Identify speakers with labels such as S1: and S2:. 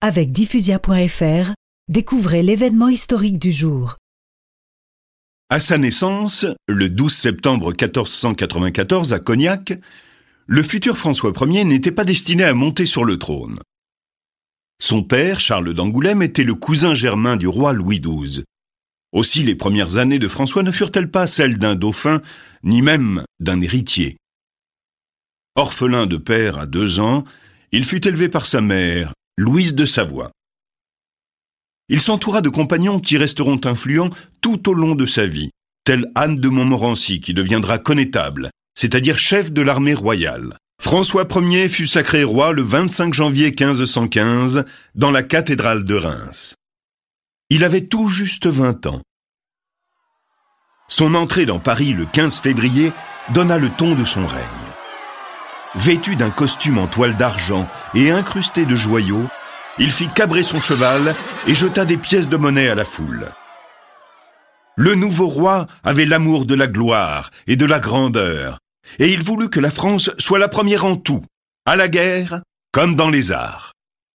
S1: Avec Diffusia.fr, découvrez l'événement historique du jour.
S2: À sa naissance, le 12 septembre 1494 à Cognac, le futur François Ier n'était pas destiné à monter sur le trône. Son père, Charles d'Angoulême, était le cousin germain du roi Louis XII. Aussi, les premières années de François ne furent-elles pas celles d'un dauphin, ni même d'un héritier. Orphelin de père à 2 ans, il fut élevé par sa mère, Louise de Savoie. Il s'entoura de compagnons qui resteront influents tout au long de sa vie, telle Anne de Montmorency qui deviendra connétable, c'est-à-dire chef de l'armée royale. François Ier fut sacré roi le 25 janvier 1515 dans la cathédrale de Reims. Il avait tout juste 20 ans. Son entrée dans Paris le 15 février donna le ton de son règne. Vêtu d'un costume en toile d'argent et incrusté de joyaux, il fit cabrer son cheval et jeta des pièces de monnaie à la foule. Le nouveau roi avait l'amour de la gloire et de la grandeur, et il voulut que la France soit la première en tout, à la guerre comme dans les arts.